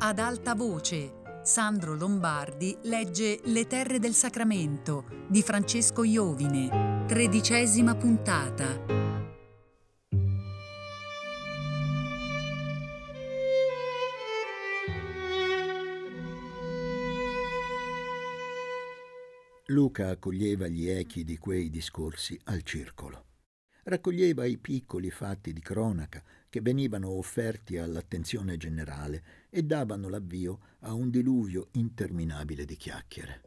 ad alta voce. Sandro Lombardi legge Le terre del Sacramento di Francesco Iovine. 13ª puntata. Luca accoglieva gli echi di quei discorsi al circolo. Raccoglieva i piccoli fatti di cronaca che venivano offerti all'attenzione generale e davano l'avvio a un diluvio interminabile di chiacchiere.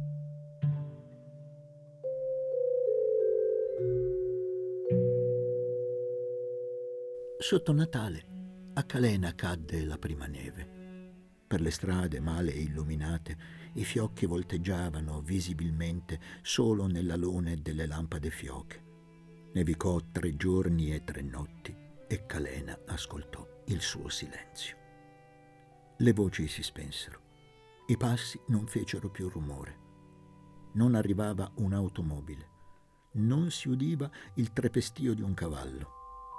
Sotto Natale a Calena cadde la prima neve. Per le strade male illuminate i fiocchi volteggiavano visibilmente solo nell'alone delle lampade fioche. Nevicò 3 giorni e 3 notti e Calena ascoltò il suo silenzio. Le voci si spensero. I passi non fecero più rumore. Non arrivava un'automobile. Non si udiva il trepestio di un cavallo.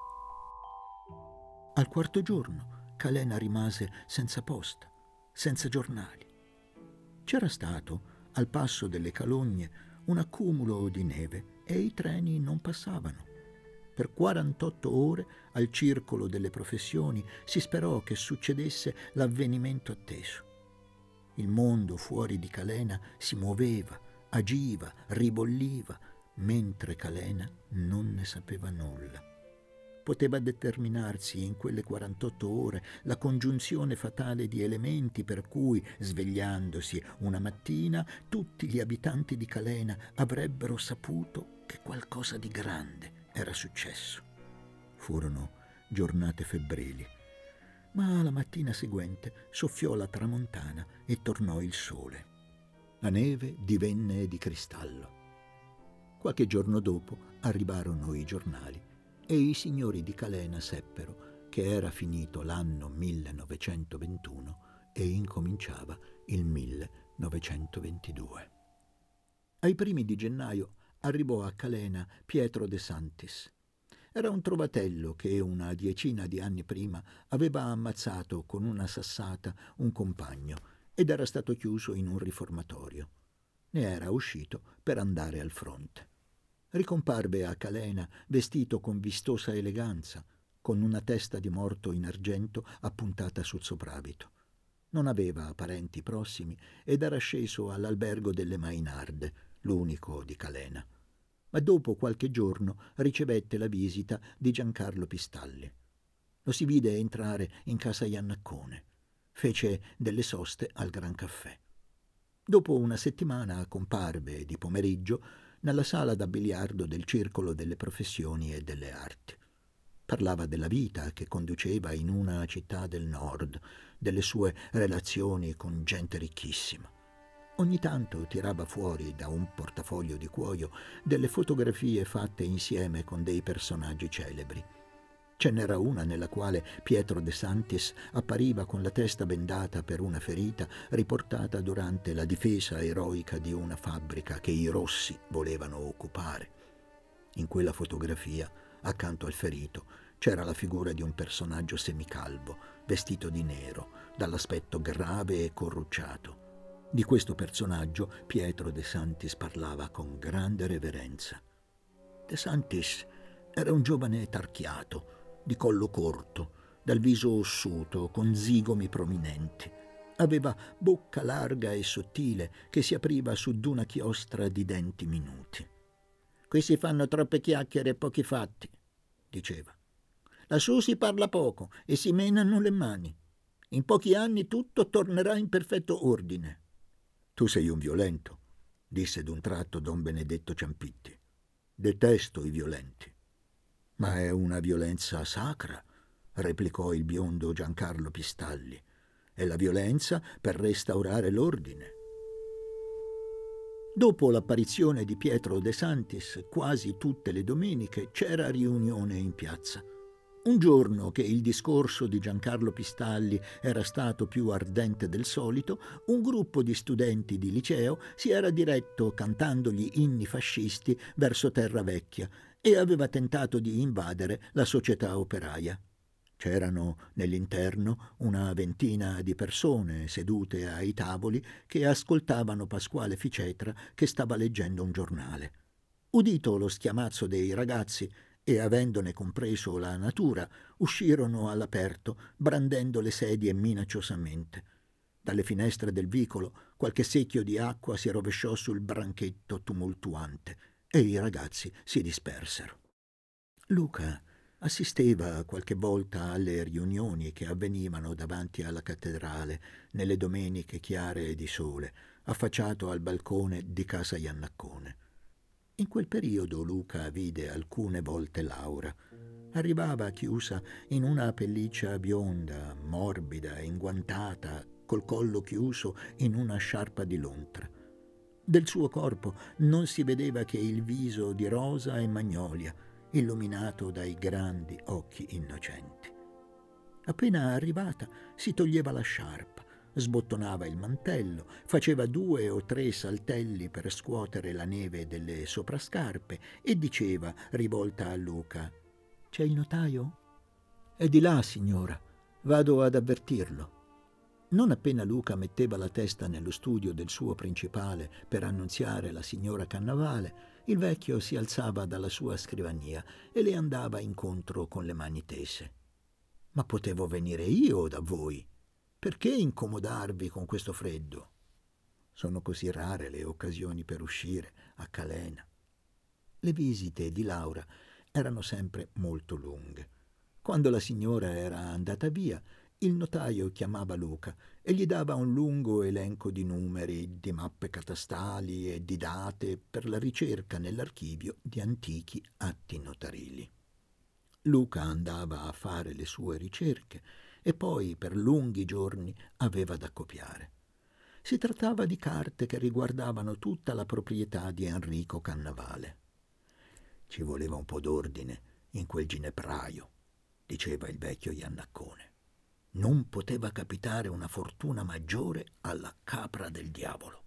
Al 4° giorno Calena rimase senza posta, senza giornali. C'era stato, al passo delle Calogne, un accumulo di neve e i treni non passavano. Per 48 ore al circolo delle professioni si sperò che succedesse l'avvenimento atteso. Il mondo fuori di Calena si muoveva, agiva, ribolliva, mentre Calena non ne sapeva nulla. Poteva determinarsi in quelle 48 ore la congiunzione fatale di elementi per cui, svegliandosi una mattina, tutti gli abitanti di Calena avrebbero saputo che qualcosa di grande era successo. Furono giornate febbrili, ma la mattina seguente soffiò la tramontana e tornò il sole. La neve divenne di cristallo. Qualche giorno dopo arrivarono i giornali e i signori di Calena seppero che era finito l'anno 1921 e incominciava il 1922. Ai primi di gennaio arrivò a Calena Pietro De Santis. Era un trovatello che una 10 di anni prima aveva ammazzato con una sassata un compagno ed era stato chiuso in un riformatorio. Ne era uscito per andare al fronte. Ricomparve a Calena vestito con vistosa eleganza, con una testa di morto in argento appuntata sul soprabito. Non aveva parenti prossimi ed era sceso all'albergo delle Mainarde, l'unico di Calena. Ma dopo qualche giorno ricevette la visita di Giancarlo Pistalli. Lo si vide entrare in casa Iannaccone. Fece delle soste al Gran Caffè. Dopo una settimana comparve di pomeriggio nella sala da biliardo del Circolo delle Professioni e delle Arti. Parlava della vita che conduceva in una città del nord, delle sue relazioni con gente ricchissima. Ogni tanto tirava fuori da un portafoglio di cuoio delle fotografie fatte insieme con dei personaggi celebri. Ce n'era una nella quale Pietro De Santis appariva con la testa bendata per una ferita riportata durante la difesa eroica di una fabbrica che i Rossi volevano occupare. In quella fotografia, accanto al ferito, c'era la figura di un personaggio semicalvo, vestito di nero, dall'aspetto grave e corrucciato. Di questo personaggio Pietro De Santis parlava con grande reverenza. De Santis era un giovane tarchiato, di collo corto, dal viso ossuto, con zigomi prominenti. Aveva bocca larga e sottile che si apriva su d'una chiostra di denti minuti. «Qui si fanno troppe chiacchiere e pochi fatti», diceva. «Lassù si parla poco e si menano le mani. In pochi anni tutto tornerà in perfetto ordine». «Tu sei un violento», disse d'un tratto don Benedetto Ciampitti. «Detesto i violenti». «Ma è una violenza sacra», replicò il biondo Giancarlo Pistalli. «È la violenza per restaurare l'ordine». Dopo l'apparizione di Pietro De Santis, quasi tutte le domeniche c'era riunione in piazza. Un giorno che il discorso di Giancarlo Pistalli era stato più ardente del solito, un gruppo di studenti di liceo si era diretto cantando gli inni fascisti verso Terravecchia e aveva tentato di invadere la società operaia. C'erano nell'interno una ventina di persone sedute ai tavoli che ascoltavano Pasquale Ficetra che stava leggendo un giornale. Udito lo schiamazzo dei ragazzi e avendone compreso la natura, uscirono all'aperto, brandendo le sedie minacciosamente. Dalle finestre del vicolo qualche secchio di acqua si rovesciò sul branchetto tumultuante e i ragazzi si dispersero. Luca assisteva qualche volta alle riunioni che avvenivano davanti alla cattedrale nelle domeniche chiare di sole, affacciato al balcone di casa Iannaccone. In quel periodo Luca vide alcune volte Laura. Arrivava chiusa in una pelliccia bionda, morbida, inguantata, col collo chiuso in una sciarpa di lontra. Del suo corpo non si vedeva che il viso di rosa e magnolia, illuminato dai grandi occhi innocenti. Appena arrivata si toglieva la sciarpa, sbottonava il mantello, faceva 2 o 3 saltelli per scuotere la neve delle soprascarpe e diceva, rivolta a Luca: «C'è il notaio?» «È di là, signora. Vado ad avvertirlo». Non appena Luca metteva la testa nello studio del suo principale per annunziare la signora Cannavale, il vecchio si alzava dalla sua scrivania e le andava incontro con le mani tese. «Ma potevo venire io da voi. Perché incomodarvi con questo freddo? Sono così rare le occasioni per uscire a Calena». Le visite di Laura erano sempre molto lunghe. Quando la signora era andata via, il notaio chiamava Luca e gli dava un lungo elenco di numeri, di mappe catastali e di date per la ricerca nell'archivio di antichi atti notarili. Luca andava a fare le sue ricerche e poi per lunghi giorni aveva da copiare. Si trattava di carte che riguardavano tutta la proprietà di Enrico Cannavale. «Ci voleva un po' d'ordine in quel ginepraio», diceva il vecchio Iannaccone. «Non poteva capitare una fortuna maggiore alla capra del diavolo».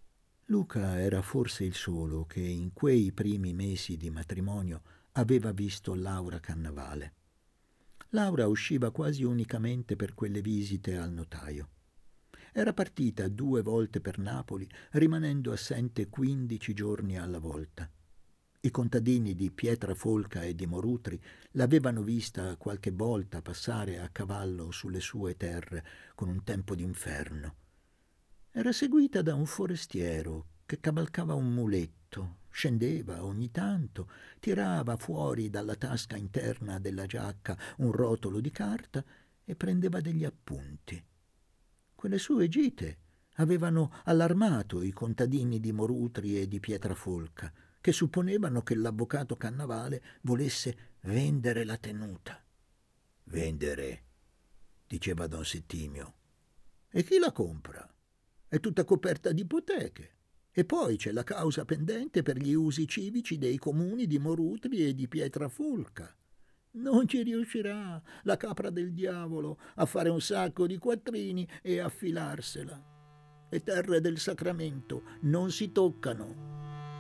Luca era forse il solo che in quei primi mesi di matrimonio aveva visto Laura Cannavale. Laura usciva quasi unicamente per quelle visite al notaio. Era partita 2 volte per Napoli, rimanendo assente 15 giorni alla volta. I contadini di Pietrafolca e di Morutri l'avevano vista qualche volta passare a cavallo sulle sue terre con un tempo d'inferno. Era seguita da un forestiero che cavalcava un muletto, scendeva ogni tanto, tirava fuori dalla tasca interna della giacca un rotolo di carta e prendeva degli appunti. Quelle sue gite avevano allarmato i contadini di Morutri e di Pietrafolca, che supponevano che l'avvocato Cannavale volesse vendere la tenuta. «Vendere», diceva don Settimio. «E chi la compra? È tutta coperta di ipoteche. E poi c'è la causa pendente per gli usi civici dei comuni di Morutri e di Pietrafolca. Non ci riuscirà la capra del diavolo a fare un sacco di quattrini e a filarsela. Le terre del Sacramento non si toccano».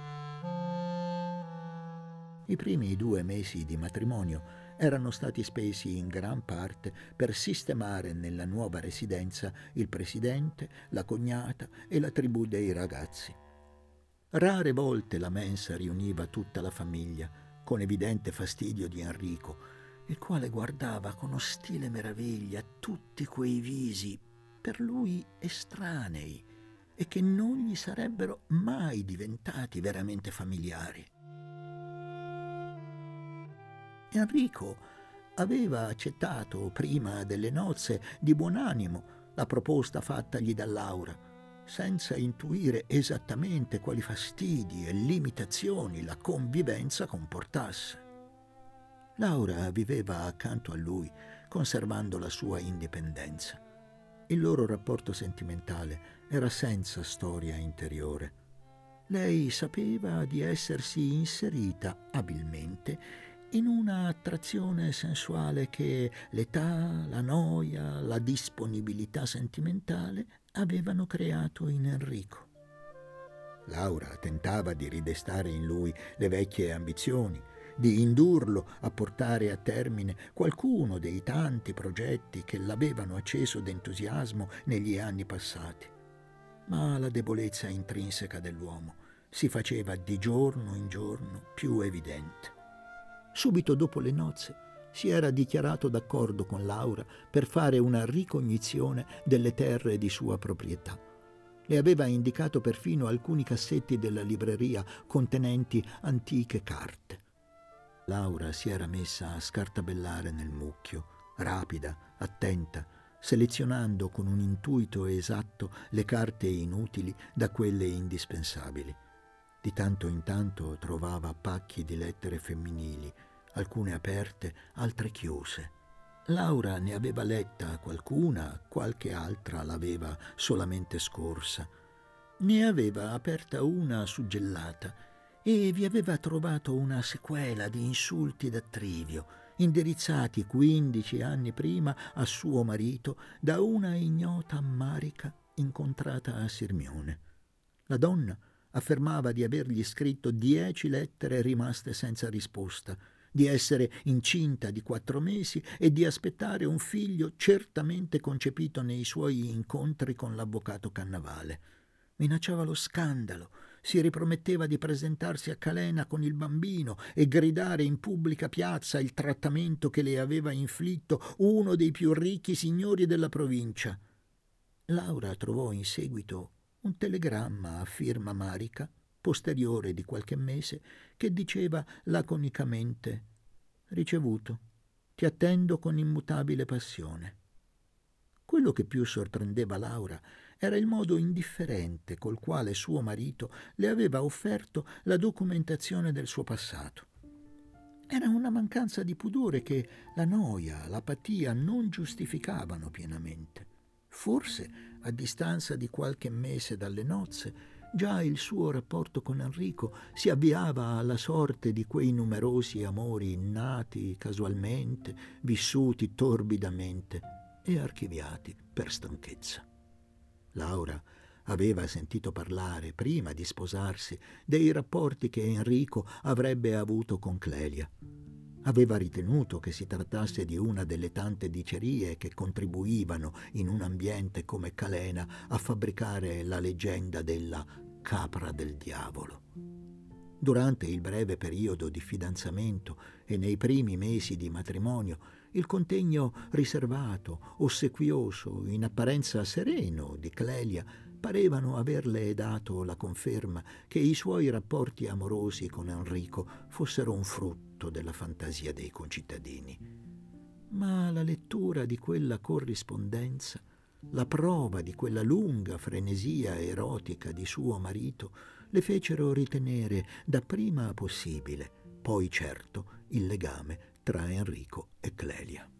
I primi 2 mesi di matrimonio erano stati spesi in gran parte per sistemare nella nuova residenza il presidente, la cognata e la tribù dei ragazzi. Rare volte la mensa riuniva tutta la famiglia, con evidente fastidio di Enrico, il quale guardava con ostile meraviglia tutti quei visi per lui estranei e che non gli sarebbero mai diventati veramente familiari. Enrico aveva accettato prima delle nozze di buon animo la proposta fattagli da Laura, senza intuire esattamente quali fastidi e limitazioni la convivenza comportasse. Laura viveva accanto a lui, conservando la sua indipendenza. Il loro rapporto sentimentale era senza storia interiore. Lei sapeva di essersi inserita abilmente in una attrazione sensuale che l'età, la noia, la disponibilità sentimentale avevano creato in Enrico. Laura tentava di ridestare in lui le vecchie ambizioni, di indurlo a portare a termine qualcuno dei tanti progetti che l'avevano acceso d'entusiasmo negli anni passati. Ma la debolezza intrinseca dell'uomo si faceva di giorno in giorno più evidente. Subito dopo le nozze si era dichiarato d'accordo con Laura per fare una ricognizione delle terre di sua proprietà. Le aveva indicato perfino alcuni cassetti della libreria contenenti antiche carte. Laura si era messa a scartabellare nel mucchio, rapida, attenta, selezionando con un intuito esatto le carte inutili da quelle indispensabili. Di tanto in tanto trovava pacchi di lettere femminili, alcune aperte, altre chiuse. Laura ne aveva letta qualcuna, qualche altra l'aveva solamente scorsa. Ne aveva aperta una suggellata e vi aveva trovato una sequela di insulti d'attrivio, indirizzati 15 anni prima a suo marito da una ignota Marica incontrata a Sirmione. La donna affermava di avergli scritto 10 lettere rimaste senza risposta, di essere incinta di 4 mesi e di aspettare un figlio certamente concepito nei suoi incontri con l'avvocato Cannavale. Minacciava lo scandalo, si riprometteva di presentarsi a Calena con il bambino e gridare in pubblica piazza il trattamento che le aveva inflitto uno dei più ricchi signori della provincia. Laura trovò in seguito un telegramma a firma Marica, posteriore di qualche mese, che diceva laconicamente: «Ricevuto, ti attendo con immutabile passione». Quello che più sorprendeva Laura era il modo indifferente col quale suo marito le aveva offerto la documentazione del suo passato. Era una mancanza di pudore che la noia, l'apatia non giustificavano pienamente. Forse, a distanza di qualche mese dalle nozze, già il suo rapporto con Enrico si avviava alla sorte di quei numerosi amori nati casualmente, vissuti torbidamente e archiviati per stanchezza. Laura aveva sentito parlare, prima di sposarsi, dei rapporti che Enrico avrebbe avuto con Clelia. Aveva ritenuto che si trattasse di una delle tante dicerie che contribuivano in un ambiente come Calena a fabbricare la leggenda della capra del diavolo. Durante il breve periodo di fidanzamento e nei primi mesi di matrimonio, il contegno riservato, ossequioso, in apparenza sereno di Clelia parevano averle dato la conferma che i suoi rapporti amorosi con Enrico fossero un frutto della fantasia dei concittadini. Ma la lettura di quella corrispondenza, la prova di quella lunga frenesia erotica di suo marito, le fecero ritenere dapprima possibile, poi certo, il legame tra Enrico e Clelia.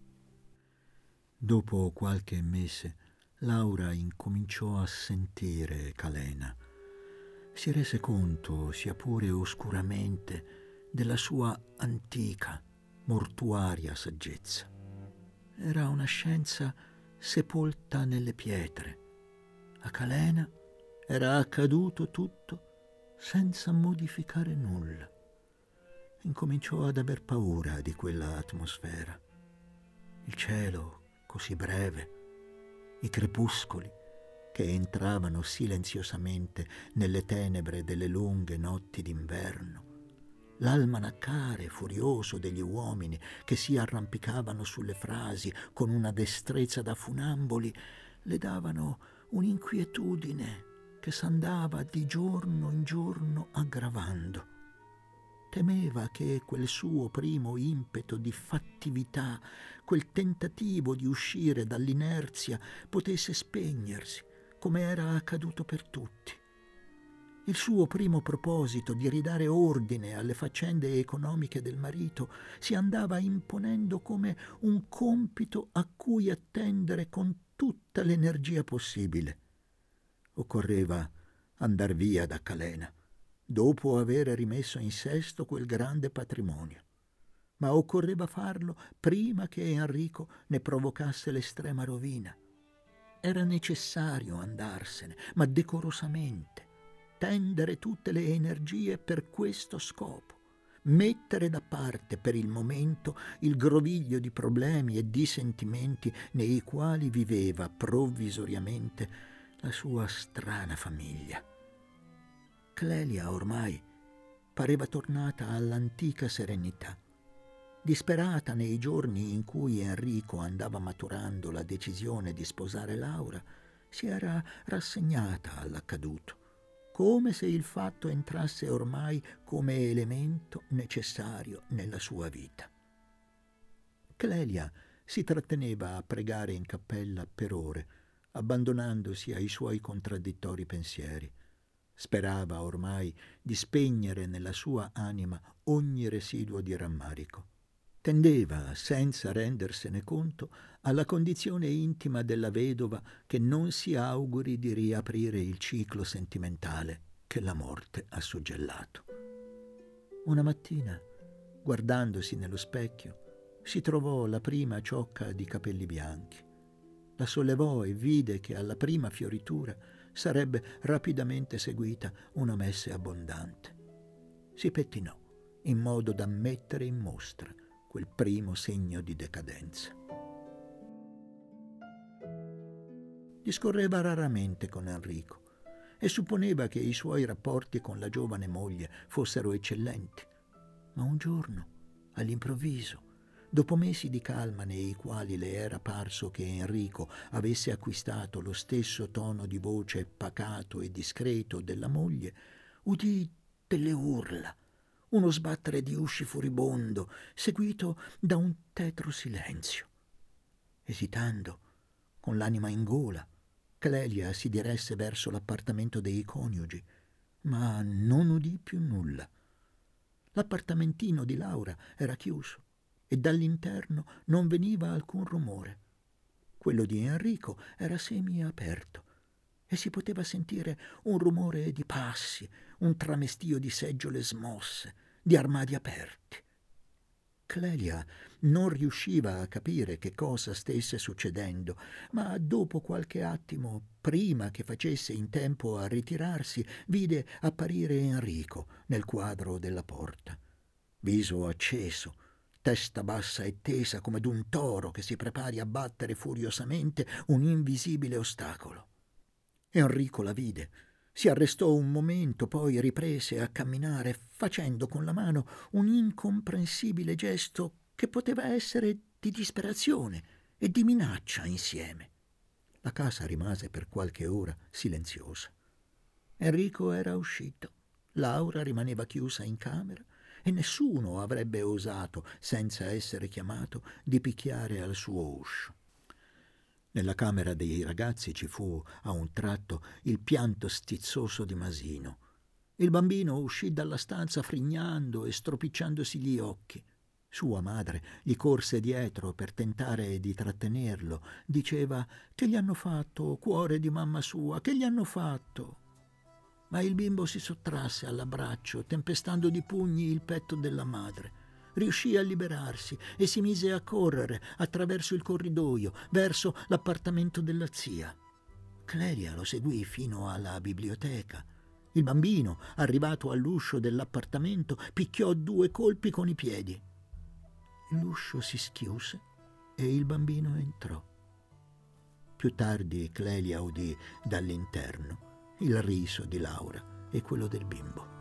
Dopo qualche mese, Laura incominciò a sentire Calena. Si rese conto, sia pure oscuramente, della sua antica, mortuaria saggezza. Era una scienza sepolta nelle pietre. A Calena era accaduto tutto senza modificare nulla. Incominciò ad aver paura di quella atmosfera. Il cielo così breve, i crepuscoli che entravano silenziosamente nelle tenebre delle lunghe notti d'inverno, l'almanaccare furioso degli uomini che si arrampicavano sulle frasi con una destrezza da funamboli, le davano un'inquietudine che s'andava di giorno in giorno aggravando. Temeva che quel suo primo impeto di fattività, quel tentativo di uscire dall'inerzia, potesse spegnersi, come era accaduto per tutti. Il suo primo proposito di ridare ordine alle faccende economiche del marito si andava imponendo come un compito a cui attendere con tutta l'energia possibile. Occorreva andar via da Calena, dopo aver rimesso in sesto quel grande patrimonio. Ma occorreva farlo prima che Enrico ne provocasse l'estrema rovina. Era necessario andarsene, ma decorosamente, tendere tutte le energie per questo scopo, mettere da parte per il momento il groviglio di problemi e di sentimenti nei quali viveva provvisoriamente la sua strana famiglia. Clelia ormai pareva tornata all'antica serenità. Disperata nei giorni in cui Enrico andava maturando la decisione di sposare Laura, si era rassegnata all'accaduto, come se il fatto entrasse ormai come elemento necessario nella sua vita. Clelia si tratteneva a pregare in cappella per ore, abbandonandosi ai suoi contraddittori pensieri. Sperava ormai di spegnere nella sua anima ogni residuo di rammarico. Tendeva, senza rendersene conto, alla condizione intima della vedova che non si auguri di riaprire il ciclo sentimentale che la morte ha suggellato. Una mattina, guardandosi nello specchio, si trovò la prima ciocca di capelli bianchi. La sollevò e vide che alla prima fioritura sarebbe rapidamente seguita una messe abbondante. Si pettinò in modo da mettere in mostra quel primo segno di decadenza. Discorreva raramente con Enrico e supponeva che i suoi rapporti con la giovane moglie fossero eccellenti. Ma un giorno, all'improvviso, dopo mesi di calma nei quali le era parso che Enrico avesse acquistato lo stesso tono di voce pacato e discreto della moglie, udì delle urla, uno sbattere di usci furibondo, seguito da un tetro silenzio. Esitando, con l'anima in gola, Clelia si diresse verso l'appartamento dei coniugi, ma non udì più nulla. L'appartamentino di Laura era chiuso e dall'interno non veniva alcun rumore. Quello di Enrico era semi-aperto e si poteva sentire un rumore di passi, un tramestio di seggiole smosse, di armadi aperti. Clelia non riusciva a capire che cosa stesse succedendo, ma dopo qualche attimo, prima che facesse in tempo a ritirarsi, vide apparire Enrico nel quadro della porta. Viso acceso, testa bassa e tesa come d'un toro che si prepari a battere furiosamente un invisibile ostacolo. Enrico la vide, si arrestò un momento, poi riprese a camminare, facendo con la mano un incomprensibile gesto che poteva essere di disperazione e di minaccia insieme. La casa rimase per qualche ora silenziosa. Enrico era uscito, Laura rimaneva chiusa in camera e nessuno avrebbe osato, senza essere chiamato, di picchiare al suo uscio. Nella camera dei ragazzi ci fu, a un tratto, il pianto stizzoso di Masino. Il bambino uscì dalla stanza frignando e stropicciandosi gli occhi. Sua madre gli corse dietro per tentare di trattenerlo. Diceva: «Che gli hanno fatto, cuore di mamma sua? Che gli hanno fatto?» Ma il bimbo si sottrasse all'abbraccio, tempestando di pugni il petto della madre. Riuscì a liberarsi e si mise a correre attraverso il corridoio verso l'appartamento della zia. Clelia lo seguì fino alla biblioteca. Il bambino, arrivato all'uscio dell'appartamento, picchiò 2 colpi con i piedi. L'uscio si schiuse e il bambino entrò. Più tardi Clelia udì dall'interno il riso di Laura e quello del bimbo.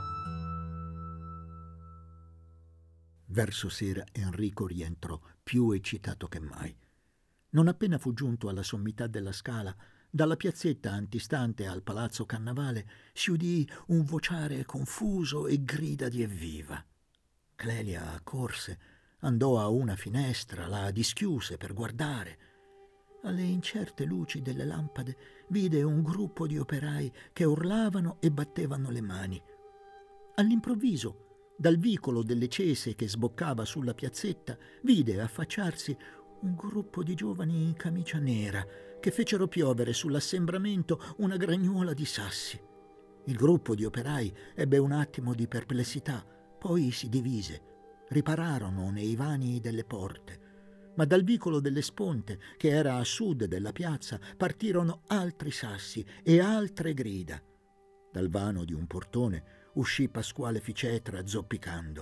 Verso sera Enrico rientrò più eccitato che mai. Non appena fu giunto alla sommità della scala, dalla piazzetta antistante al palazzo Cannavale si udì un vociare confuso e grida di evviva. Clelia corse, andò a una finestra, la dischiuse per guardare. Alle incerte luci delle lampade vide un gruppo di operai che urlavano e battevano le mani. All'improvviso, dal vicolo delle Cese che sboccava sulla piazzetta, vide affacciarsi un gruppo di giovani in camicia nera che fecero piovere sull'assembramento una gragnuola di sassi. Il gruppo di operai ebbe un attimo di perplessità, poi si divise. Ripararono nei vani delle porte. Ma dal vicolo delle Sponte, che era a sud della piazza, partirono altri sassi e altre grida. Dal vano di un portone uscì Pasquale Ficetra zoppicando.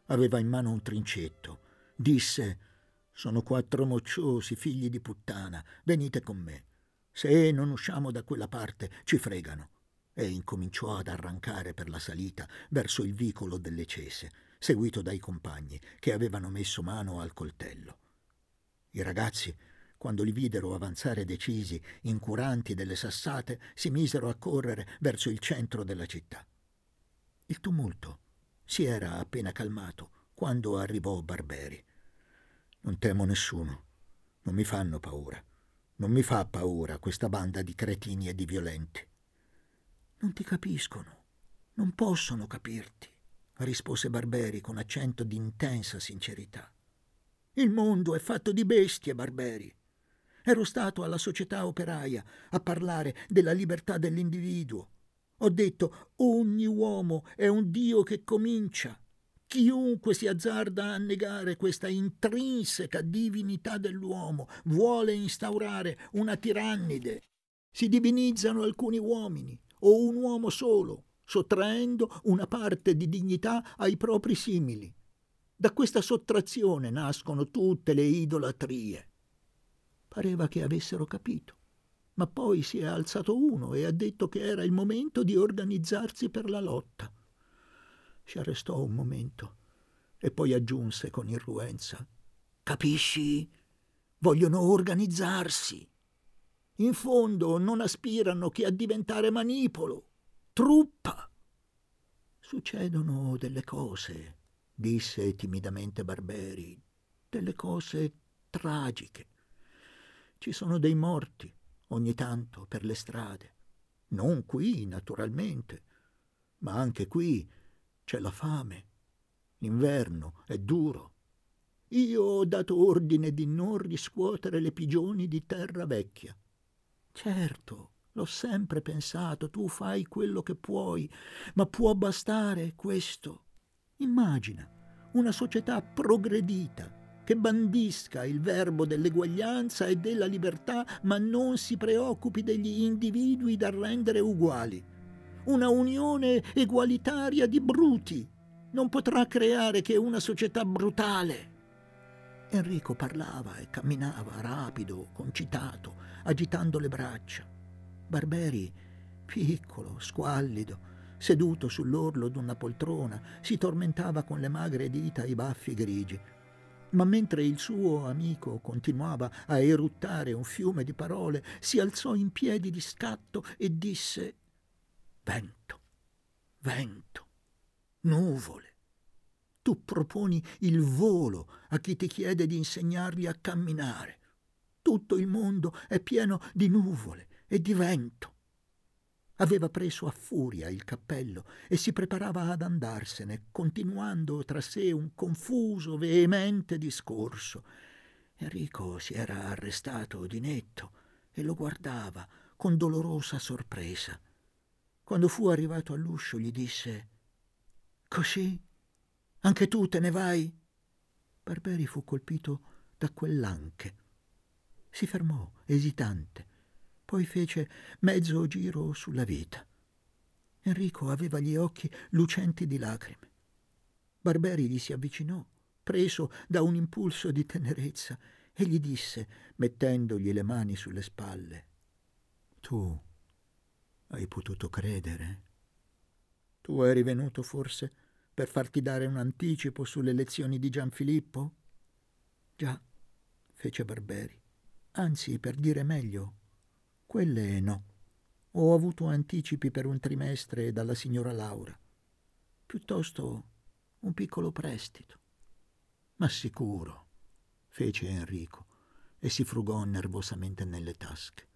Aveva in mano un trincetto. Disse: «Sono 4 mocciosi, figli di puttana, venite con me. Se non usciamo da quella parte, ci fregano». E incominciò ad arrancare per la salita verso il vicolo delle Cese, seguito dai compagni che avevano messo mano al coltello. I ragazzi, quando li videro avanzare decisi, incuranti delle sassate, si misero a correre verso il centro della città. Il tumulto si era appena calmato quando arrivò Barberi. «Non temo nessuno, non mi fanno paura. Non mi fa paura questa banda di cretini e di violenti». «Non ti capiscono, non possono capirti», rispose Barberi con accento di intensa sincerità. «Il mondo è fatto di bestie, Barberi. Ero stato alla società operaia a parlare della libertà dell'individuo. Ho detto: ogni uomo è un Dio che comincia. Chiunque si azzarda a negare questa intrinseca divinità dell'uomo vuole instaurare una tirannide. Si divinizzano alcuni uomini, o un uomo solo, sottraendo una parte di dignità ai propri simili. Da questa sottrazione nascono tutte le idolatrie». Pareva che avessero capito, ma poi si è alzato uno e ha detto che era il momento di organizzarsi per la lotta. Si arrestò un momento e poi aggiunse con irruenza: «Capisci? Vogliono organizzarsi. In fondo non aspirano che a diventare manipolo, truppa». «Succedono delle cose», disse timidamente Barberi, «delle cose tragiche. Ci sono dei morti ogni tanto per le strade. Non qui, naturalmente, ma anche qui c'è la fame. L'inverno è duro. Io ho dato ordine di non riscuotere le pigioni di terra vecchia. Certo, l'ho sempre pensato, tu fai quello che puoi, ma può bastare questo? Immagina una società progredita che bandisca il verbo dell'eguaglianza e della libertà, ma non si preoccupi degli individui da rendere uguali. Una unione egualitaria di bruti non potrà creare che una società brutale. Enrico parlava e camminava rapido, concitato, agitando le braccia. Barberi, piccolo, squallido, seduto sull'orlo d'una poltrona, si tormentava con le magre dita i baffi grigi. Ma mentre il suo amico continuava a eruttare un fiume di parole, si alzò in piedi di scatto e disse: «Vento, vento, nuvole. Tu proponi il volo a chi ti chiede di insegnargli a camminare. Tutto il mondo è pieno di nuvole e di vento». Aveva preso a furia il cappello e si preparava ad andarsene, continuando tra sé un confuso, veemente discorso. Enrico si era arrestato di netto e lo guardava con dolorosa sorpresa. Quando fu arrivato all'uscio gli disse: «Così? Anche tu te ne vai?» Barberi fu colpito da quell'anche. Si fermò, esitante. Poi fece mezzo giro sulla vita. Enrico aveva gli occhi lucenti di lacrime. Barberi gli si avvicinò, preso da un impulso di tenerezza, e gli disse, mettendogli le mani sulle spalle: «Tu hai potuto credere? Tu eri venuto forse per farti dare un anticipo sulle lezioni di Gianfilippo?» «Già», fece Barberi. «Anzi, per dire meglio, quelle no. Ho avuto anticipi per un trimestre dalla signora Laura. Piuttosto un piccolo prestito». «Ma sicuro», fece Enrico e si frugò nervosamente nelle tasche.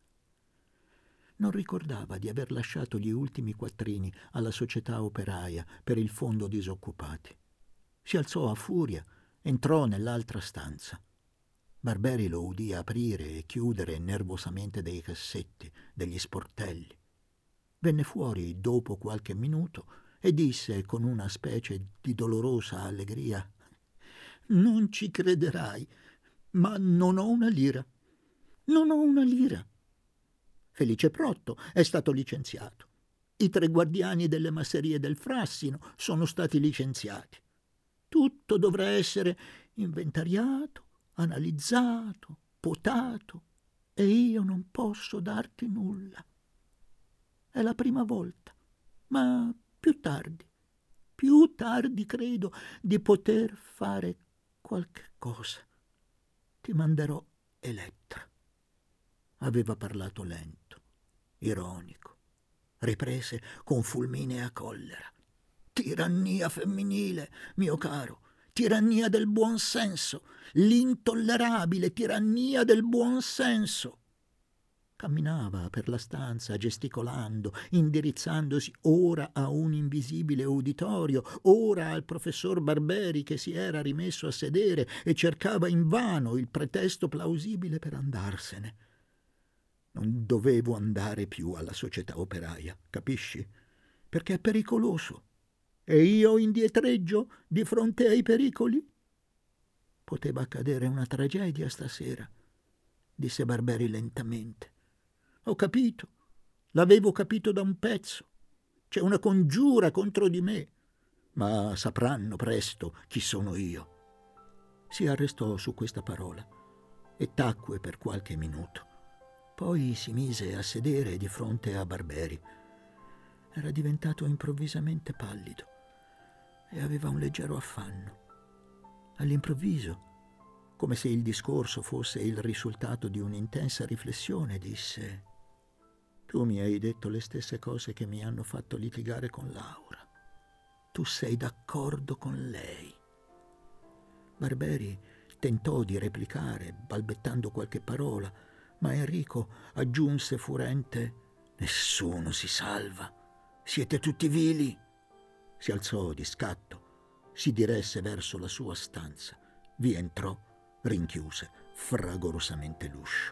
Non ricordava di aver lasciato gli ultimi quattrini alla società operaia per il fondo disoccupati. Si alzò a furia, entrò nell'altra stanza. Barberi lo udì aprire e chiudere nervosamente dei cassetti, degli sportelli. Venne fuori dopo qualche minuto e disse con una specie di dolorosa allegria: «Non ci crederai, ma non ho una lira. Non ho una lira. Felice Protto è stato licenziato. I 3 guardiani delle masserie del Frassino sono stati licenziati. Tutto dovrà essere inventariato, analizzato, potato, e io non posso darti nulla. È la prima volta, ma più tardi credo di poter fare qualche cosa. Ti manderò Elettra. Aveva parlato lento, ironico. Riprese con fulminea collera. Tirannia femminile, mio caro, tirannia del buon senso, l'intollerabile tirannia del buon senso. Camminava per la stanza gesticolando, indirizzandosi ora a un invisibile uditorio, ora al professor Barberi che si era rimesso a sedere e cercava invano il pretesto plausibile per andarsene. Non dovevo andare più alla società operaia, capisci? Perché è pericoloso. E io indietreggio di fronte ai pericoli? Poteva accadere una tragedia stasera, disse Barberi lentamente. Ho capito, l'avevo capito da un pezzo. C'è una congiura contro di me, ma sapranno presto chi sono io. Si arrestò su questa parola e tacque per qualche minuto. Poi si mise a sedere di fronte a Barberi. Era diventato improvvisamente pallido e aveva un leggero affanno. All'improvviso, come se il discorso fosse il risultato di un'intensa riflessione, disse: «Tu mi hai detto le stesse cose che mi hanno fatto litigare con Laura. Tu sei d'accordo con lei». Barberi tentò di replicare, balbettando qualche parola, ma Enrico aggiunse furente: «Nessuno si salva. Siete tutti vili». Si alzò di scatto, si diresse verso la sua stanza, vi entrò, rinchiuse fragorosamente l'uscio.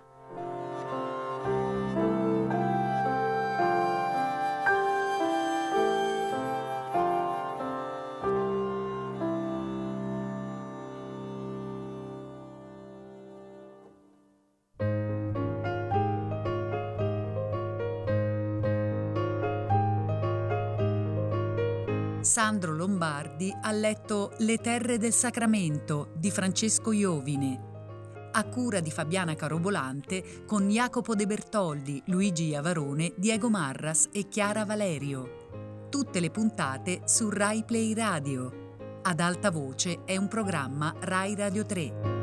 Sandro Lombardi ha letto Le terre del Sacramento di Francesco Iovine, a cura di Fabiana Carobolante, con Jacopo De Bertoldi, Luigi Iavarone, Diego Marras e Chiara Valerio. Tutte le puntate su Rai Play Radio. Ad alta voce è un programma Rai Radio 3.